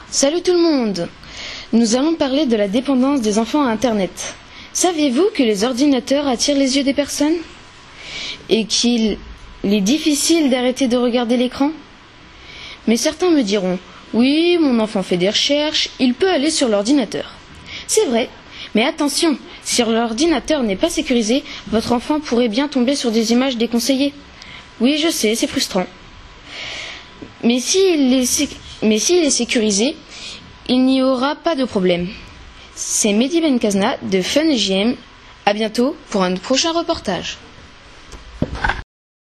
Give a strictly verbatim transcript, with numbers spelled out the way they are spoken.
Salut tout le monde! Nous allons parler de la dépendance des enfants à Internet. Saviez-vous que les ordinateurs attirent les yeux des personnes? Et qu'il est difficile d'arrêter de regarder l'écran? Mais certains me diront, oui, mon enfant fait des recherches, il peut aller sur l'ordinateur. C'est vrai, mais attention, si l'ordinateur n'est pas sécurisé, votre enfant pourrait bien tomber sur des images déconseillées. Oui, je sais, c'est frustrant. Mais s'il est, mais s'il est sécurisé, il n'y aura pas de problème. C'est Mehdi Benkazna de Fun J M. À bientôt pour un prochain reportage.